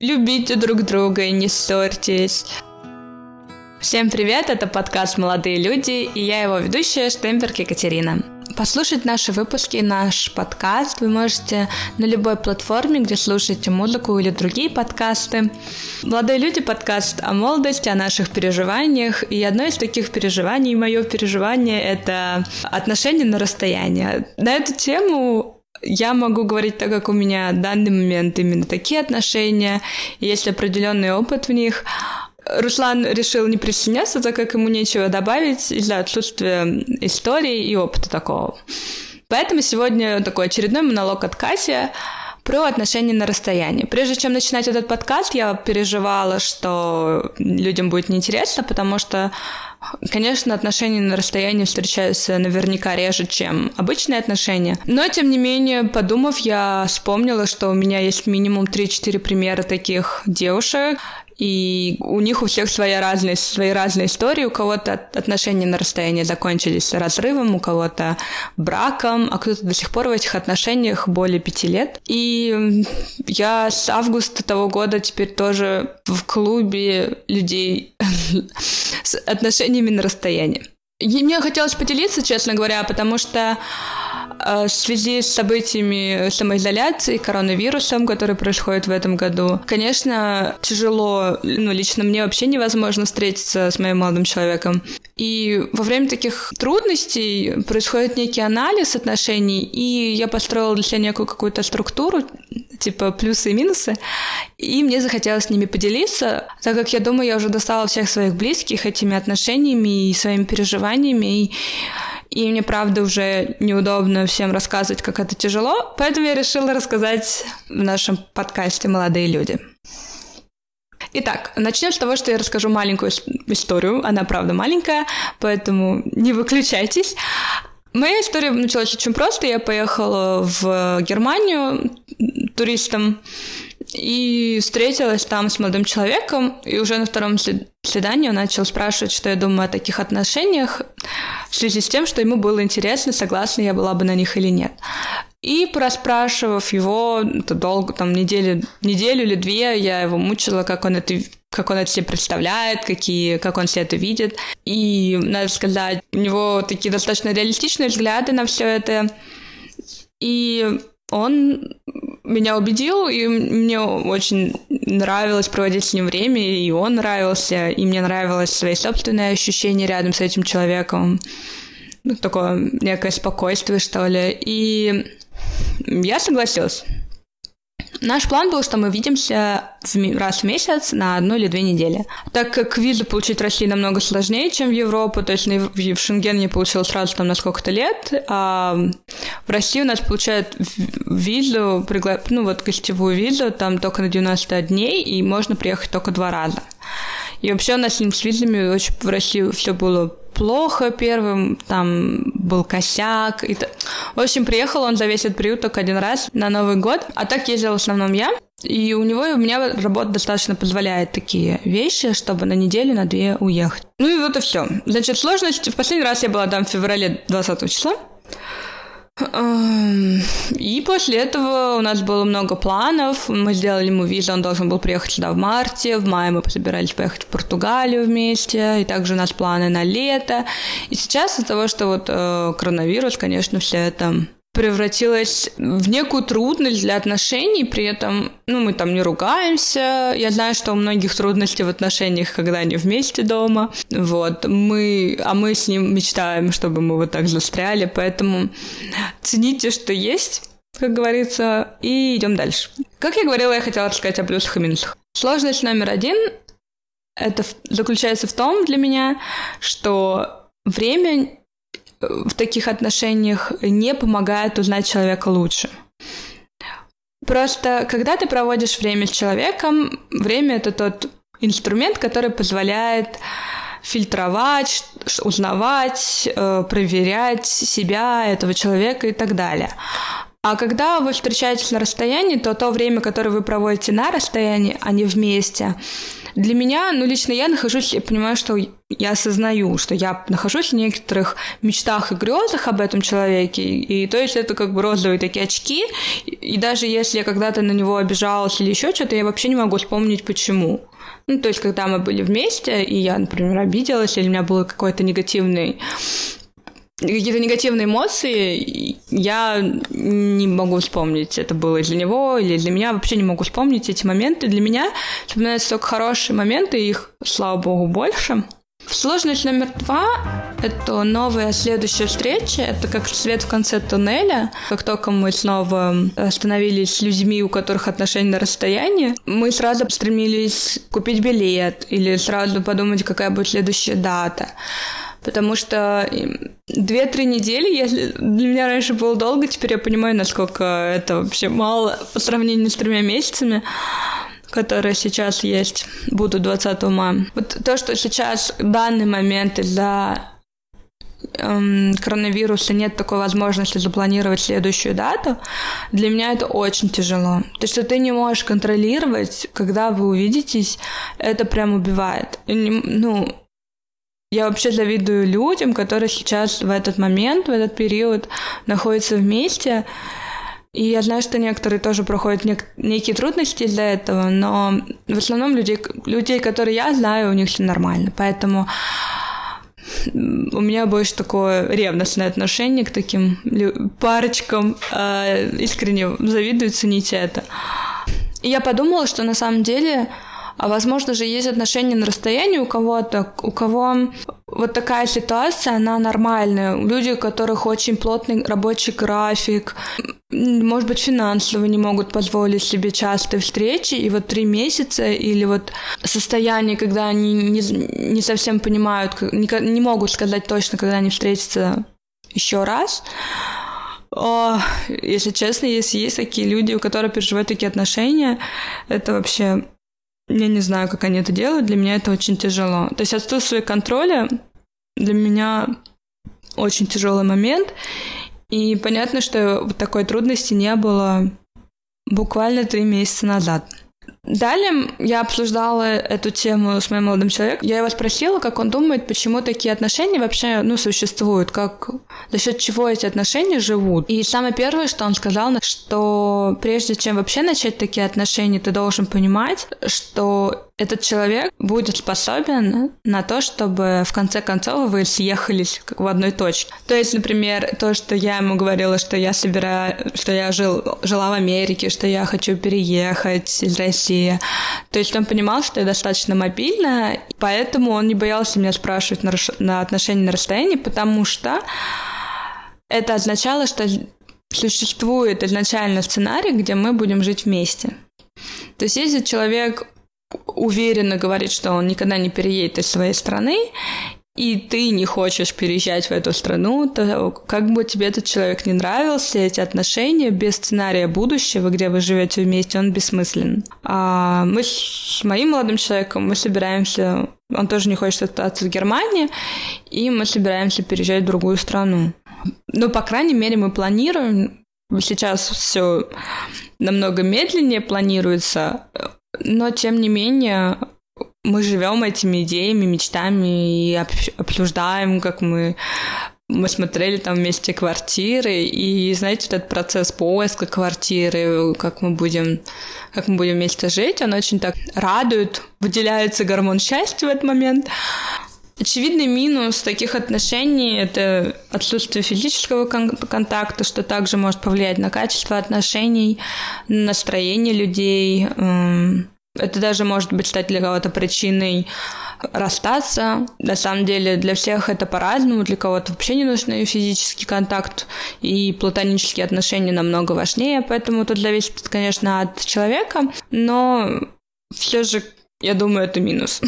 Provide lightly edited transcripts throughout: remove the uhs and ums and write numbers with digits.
Любите друг друга и не ссорьтесь. Всем привет, это подкаст «Молодые люди», и я его ведущая Штемберг Екатерина. Послушать наши выпуски, наш подкаст вы можете на любой платформе, где слушаете музыку или другие подкасты. «Молодые люди» — подкаст о молодости, о наших переживаниях, и одно из таких переживаний, мое переживание — это отношения на расстоянии. На эту тему я могу говорить так, как у меня в данный момент именно такие отношения, и есть определенный опыт в них. Руслан решил не присоединяться, так как ему нечего добавить из-за отсутствия истории и опыта такого. Поэтому сегодня такой очередной монолог от Кати про отношения на расстоянии. Прежде чем начинать этот подкаст, я переживала, что людям будет неинтересно, потому что, конечно, отношения на расстоянии встречаются наверняка реже, чем обычные отношения. Но, тем не менее, подумав, я вспомнила, что у меня есть минимум 3-4 примера таких девушек, и у них у всех свои разные истории. У кого-то отношения на расстоянии закончились разрывом, у кого-то браком, а кто-то до сих пор в этих отношениях более 5 лет. И я с августа того года теперь тоже в клубе людей с отношениями на расстоянии. И мне хотелось поделиться, честно говоря, потому что в связи с событиями самоизоляции, коронавирусом, который происходит в этом году, конечно, тяжело, лично мне вообще невозможно встретиться с моим молодым человеком. И во время таких трудностей происходит некий анализ отношений, и я построила для себя некую какую-то структуру, типа плюсы и минусы, и мне захотелось с ними поделиться, так как я думаю, я уже достала всех своих близких этими отношениями и своими переживаниями, и мне, правда, уже неудобно всем рассказывать, как это тяжело, поэтому я решила рассказать в нашем подкасте «Молодые люди». Итак, начнем с того, что я расскажу маленькую историю. Она, правда, маленькая, поэтому не выключайтесь. Моя история началась очень просто. Я поехала в Германию туристом и встретилась там с молодым человеком, и уже на втором свидании он начал спрашивать, что я думаю о таких отношениях, в связи с тем, что ему было интересно, согласна я была бы на них или нет. И проспрашивав его, это долго, там неделю или две, я его мучила, как он это себе представляет, как он себе это видит. И, надо сказать, у него такие достаточно реалистичные взгляды на все это. И он меня убедил, и мне очень нравилось проводить с ним время, и он нравился, и мне нравилось свои собственные ощущения рядом с этим человеком. Такое некое спокойствие, что ли. И я согласилась. Наш план был, что мы видимся раз в месяц на 1 или 2 недели. Так как визу получить в России намного сложнее, чем в Европу, то есть в Шенген я получила сразу там на сколько-то лет, а в России у нас получают визу, гостевую визу, там только на 90 дней, и можно приехать только 2 раза. И вообще у нас с визами очень в России все было плохо первым, там был косяк. В общем, приехал он за весь этот период только 1 раз на Новый год, а так ездила в основном я. И у меня работа достаточно позволяет такие вещи, чтобы на неделю, на 2 уехать. И вот и все. Значит, сложность. В последний раз я была там в феврале 20 числа. И после этого у нас было много планов. Мы сделали ему визу, он должен был приехать сюда в марте. В мае мы собирались поехать в Португалию вместе. И также у нас планы на лето. И сейчас из-за того, что коронавирус, конечно, все это превратилось в некую трудность для отношений, при этом, мы там не ругаемся. Я знаю, что у многих трудностей в отношениях, когда они вместе дома. Мы с ним мечтаем, чтобы мы вот так застряли, поэтому цените, что есть, как говорится, и идем дальше. Как я говорила, я хотела рассказать о плюсах и минусах. Сложность номер 1 это заключается в том для меня, что время в таких отношениях не помогает узнать человека лучше. Просто когда ты проводишь время с человеком, время — это тот инструмент, который позволяет фильтровать, узнавать, проверять себя, этого человека и так далее. А когда вы встречаетесь на расстоянии, то время, которое вы проводите на расстоянии, а не вместе, для меня, лично я нахожусь, я понимаю, что я осознаю, что я нахожусь в некоторых мечтах и грезах об этом человеке, и то есть это как бы розовые такие очки, и даже если я когда-то на него обижалась или еще что-то, я вообще не могу вспомнить, почему. То есть, когда мы были вместе, и я, например, обиделась, или у меня был какие-то негативные эмоции, я не могу вспомнить, это было из-за него или из-за меня, вообще не могу вспомнить эти моменты. Для меня вспоминаются только хорошие моменты, и их, слава богу, больше. Сложность номер 2 — это новая следующая встреча, это как свет в конце туннеля. Как только мы снова остановились с людьми, у которых отношения на расстоянии, мы сразу стремились купить билет или сразу подумать, какая будет следующая дата. Потому что 2-3 недели, если для меня раньше было долго, теперь я понимаю, насколько это вообще мало по сравнению с 3 месяцами, которые сейчас есть, будут 20 мая. Вот то, что сейчас в данный момент из-за коронавируса нет такой возможности запланировать следующую дату, для меня это очень тяжело. То, что ты не можешь контролировать, когда вы увидитесь, это прям убивает. Я вообще завидую людям, которые сейчас в этот момент, в этот период находятся вместе. И я знаю, что некоторые тоже проходят некие трудности из-за этого, но в основном людей, которые я знаю, у них все нормально. Поэтому у меня больше такое ревностное отношение к таким парочкам. Искренне завидую, цените это. И я подумала, что на самом деле... А возможно же есть отношения на расстоянии у кого-то, у кого вот такая ситуация, она нормальная. Люди, у которых очень плотный рабочий график, может быть, финансово не могут позволить себе частые встречи, и вот 3 месяца или вот состояние, когда они не совсем понимают, не могут сказать точно, когда они встретятся еще раз. Если честно, если есть такие люди, у которых переживают такие отношения, это вообще... Я не знаю, как они это делают, для меня это очень тяжело. То есть отсутствие контроля для меня очень тяжелый момент, и понятно, что такой трудности не было буквально 3 месяца назад. Далее я обсуждала эту тему с моим молодым человеком. Я его спросила, как он думает, почему такие отношения вообще существуют, за счет чего эти отношения живут. И самое первое, что он сказал, что прежде чем вообще начать такие отношения, ты должен понимать, что этот человек будет способен на то, чтобы в конце концов вы съехались как в одной точке. То есть, например, то, что я ему говорила, что я жила в Америке, что я хочу переехать из России. То есть он понимал, что я достаточно мобильна, поэтому он не боялся меня спрашивать на отношения на расстоянии, потому что это означало, что существует изначально сценарий, где мы будем жить вместе. То есть если человек уверенно говорит, что он никогда не переедет из своей страны, и ты не хочешь переезжать в эту страну, то как бы тебе этот человек не нравился, эти отношения без сценария будущего, где вы живете вместе, он бессмыслен. А мы с моим молодым человеком, мы собираемся, он тоже не хочет остаться в Германии, и мы собираемся переезжать в другую страну. По крайней мере, мы планируем, сейчас все намного медленнее планируется, но тем не менее мы живем этими идеями, мечтами и обсуждаем, как мы смотрели там вместе квартиры, и, знаете, этот процесс поиска квартиры, как мы будем вместе жить, он очень так радует, выделяется гормон счастья в этот момент. Очевидный минус таких отношений — это отсутствие физического контакта, что также может повлиять на качество отношений, на настроение людей. Это даже может быть стать для кого-то причиной расстаться. На самом деле для всех это по-разному. Для кого-то вообще не нужен и физический контакт, и платонические отношения намного важнее. Поэтому тут зависит, конечно, от человека. Но все же, я думаю, это минус.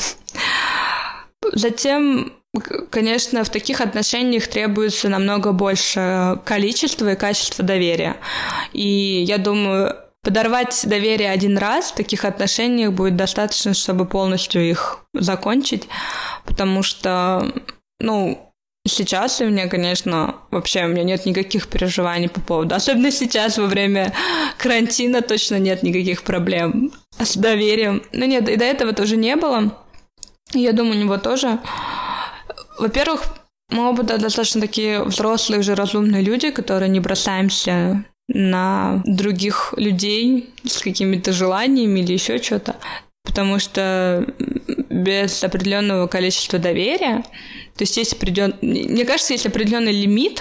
Затем, конечно, в таких отношениях требуется намного больше количества и качества доверия. И я думаю, подорвать доверие один раз в таких отношениях будет достаточно, чтобы полностью их закончить, потому что, Сейчас у меня, конечно, вообще у меня нет никаких переживаний по поводу... Особенно сейчас, во время карантина, точно нет никаких проблем с доверием. Но нет, и до этого тоже не было. Я думаю, у него тоже. Во-первых, мы оба достаточно такие взрослые, уже разумные люди, которые не бросаемся на других людей с какими-то желаниями или еще что-то. Потому что без определенного количества доверия, то есть мне кажется, есть определенный лимит,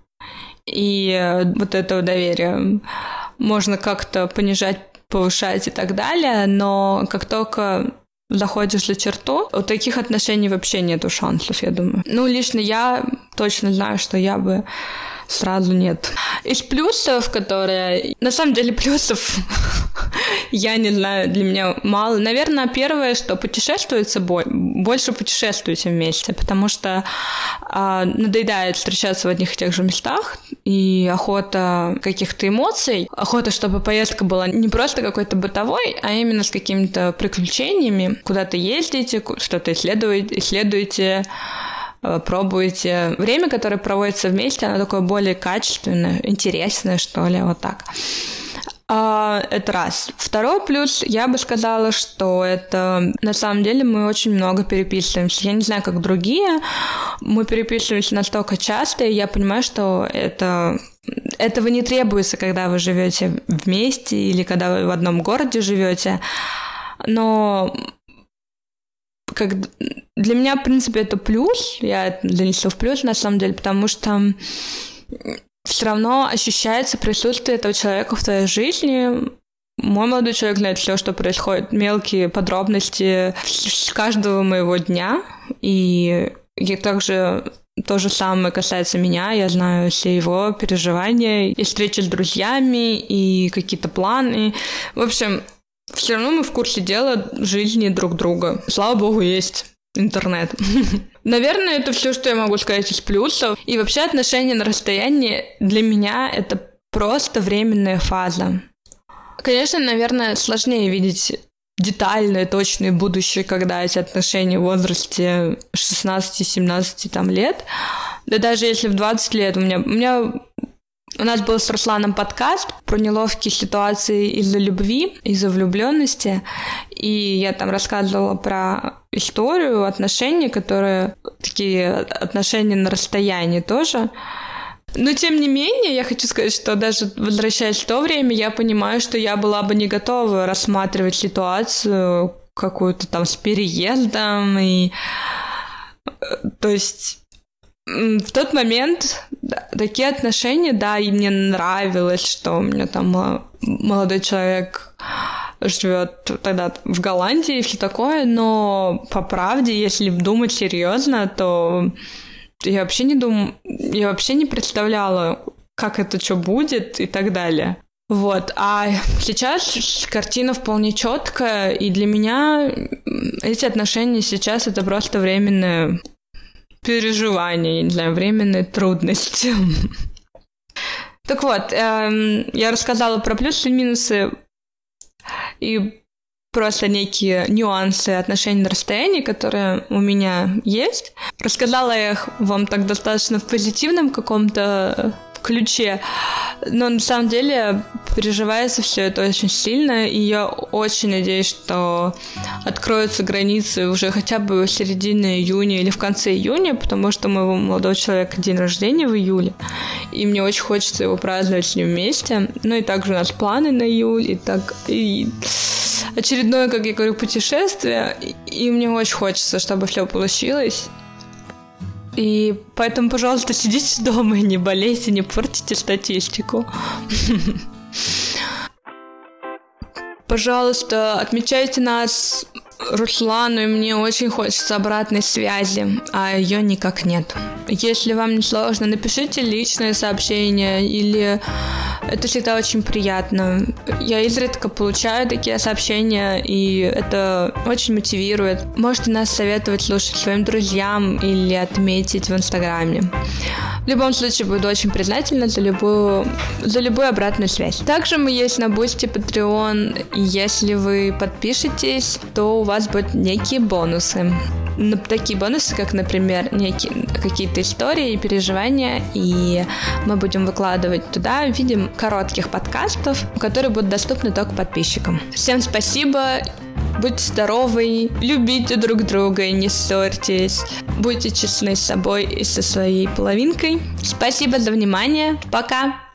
и вот этого доверия можно как-то понижать, повышать и так далее, но как только заходишь за черту, у таких отношений вообще нету шансов, я думаю. Лично я точно знаю, что я бы сразу нет. Из плюсов, которые... На самом деле плюсов, я не знаю, для меня мало. Наверное, первое, что путешествует с собой, больше путешествуйте вместе, потому что надоедает встречаться в одних и тех же местах, и охота каких-то эмоций, охота, чтобы поездка была не просто какой-то бытовой, а именно с какими-то приключениями. Куда-то ездите, что-то исследуете, пробуете. Время, которое проводится вместе, оно такое более качественное, интересное, что ли, вот так. Это раз. Второй плюс, я бы сказала, что это на самом деле мы очень много переписываемся. Я не знаю, как другие, мы переписываемся настолько часто, и я понимаю, что этого не требуется, когда вы живете вместе или когда вы в одном городе живете. Но для меня, в принципе, это плюс, я это донесу в плюс, на самом деле, потому что все равно ощущается присутствие этого человека в твоей жизни. Мой молодой человек знает все, что происходит, мелкие подробности с каждого моего дня, и также то же самое касается меня, я знаю все его переживания, и встречи с друзьями, и какие-то планы. В общем, все равно мы в курсе дела жизни друг друга. Слава богу, есть интернет. Наверное, это все, что я могу сказать из плюсов. И вообще отношения на расстоянии для меня это просто временная фаза. Конечно, наверное, сложнее видеть детальное, точное будущее, когда эти отношения в возрасте 16-17 лет. Да даже если в 20 лет у нас был с Русланом подкаст про неловкие ситуации из-за любви, из-за влюбленности, и я там рассказывала про историю отношений, которые такие отношения на расстоянии тоже. Но тем не менее, я хочу сказать, что даже возвращаясь в то время, я понимаю, что я была бы не готова рассматривать ситуацию какую-то там с переездом, и то есть в тот момент такие отношения, да, и мне нравилось, что у меня там молодой человек живет тогда в Голландии и все такое, но по правде, если думать серьезно, то я вообще не представляла, как это что будет и так далее. Вот, а сейчас картина вполне четкая, и для меня эти отношения сейчас это просто временное переживания, я не знаю, временные трудности. Так вот, я рассказала про плюсы и минусы и просто некие нюансы отношений на расстоянии, которые у меня есть. Рассказала я их вам так достаточно в позитивном каком-то ключе, но на самом деле переживается все это очень сильно, и я очень надеюсь, что откроются границы уже хотя бы в середине июня или в конце июня, потому что у моего молодого человека день рождения в июле, и мне очень хочется его праздновать с ним вместе. Ну и также у нас планы на июль, и очередное, как я говорю, путешествие, и мне очень хочется, чтобы все получилось. И поэтому, пожалуйста, сидите дома и не болейте, не портите статистику. Пожалуйста, отмечайте нас Руслану, и мне очень хочется обратной связи, а ее никак нет. Если вам не сложно, напишите личное сообщение, или это всегда очень приятно. Я изредка получаю такие сообщения, и это очень мотивирует. Можете нас советовать слушать своим друзьям или отметить в Инстаграме. любом случае буду очень признательна за любую обратную связь. Также мы есть на Boosty, Patreon, и если вы подпишетесь, то у вас будут некие бонусы. Такие бонусы, как, например, какие-то истории и переживания, и мы будем выкладывать туда в виде коротких подкастов, которые будут доступны только подписчикам. Всем спасибо, будьте здоровы, любите друг друга и не ссорьтесь, будьте честны с собой и со своей половинкой. Спасибо за внимание, пока!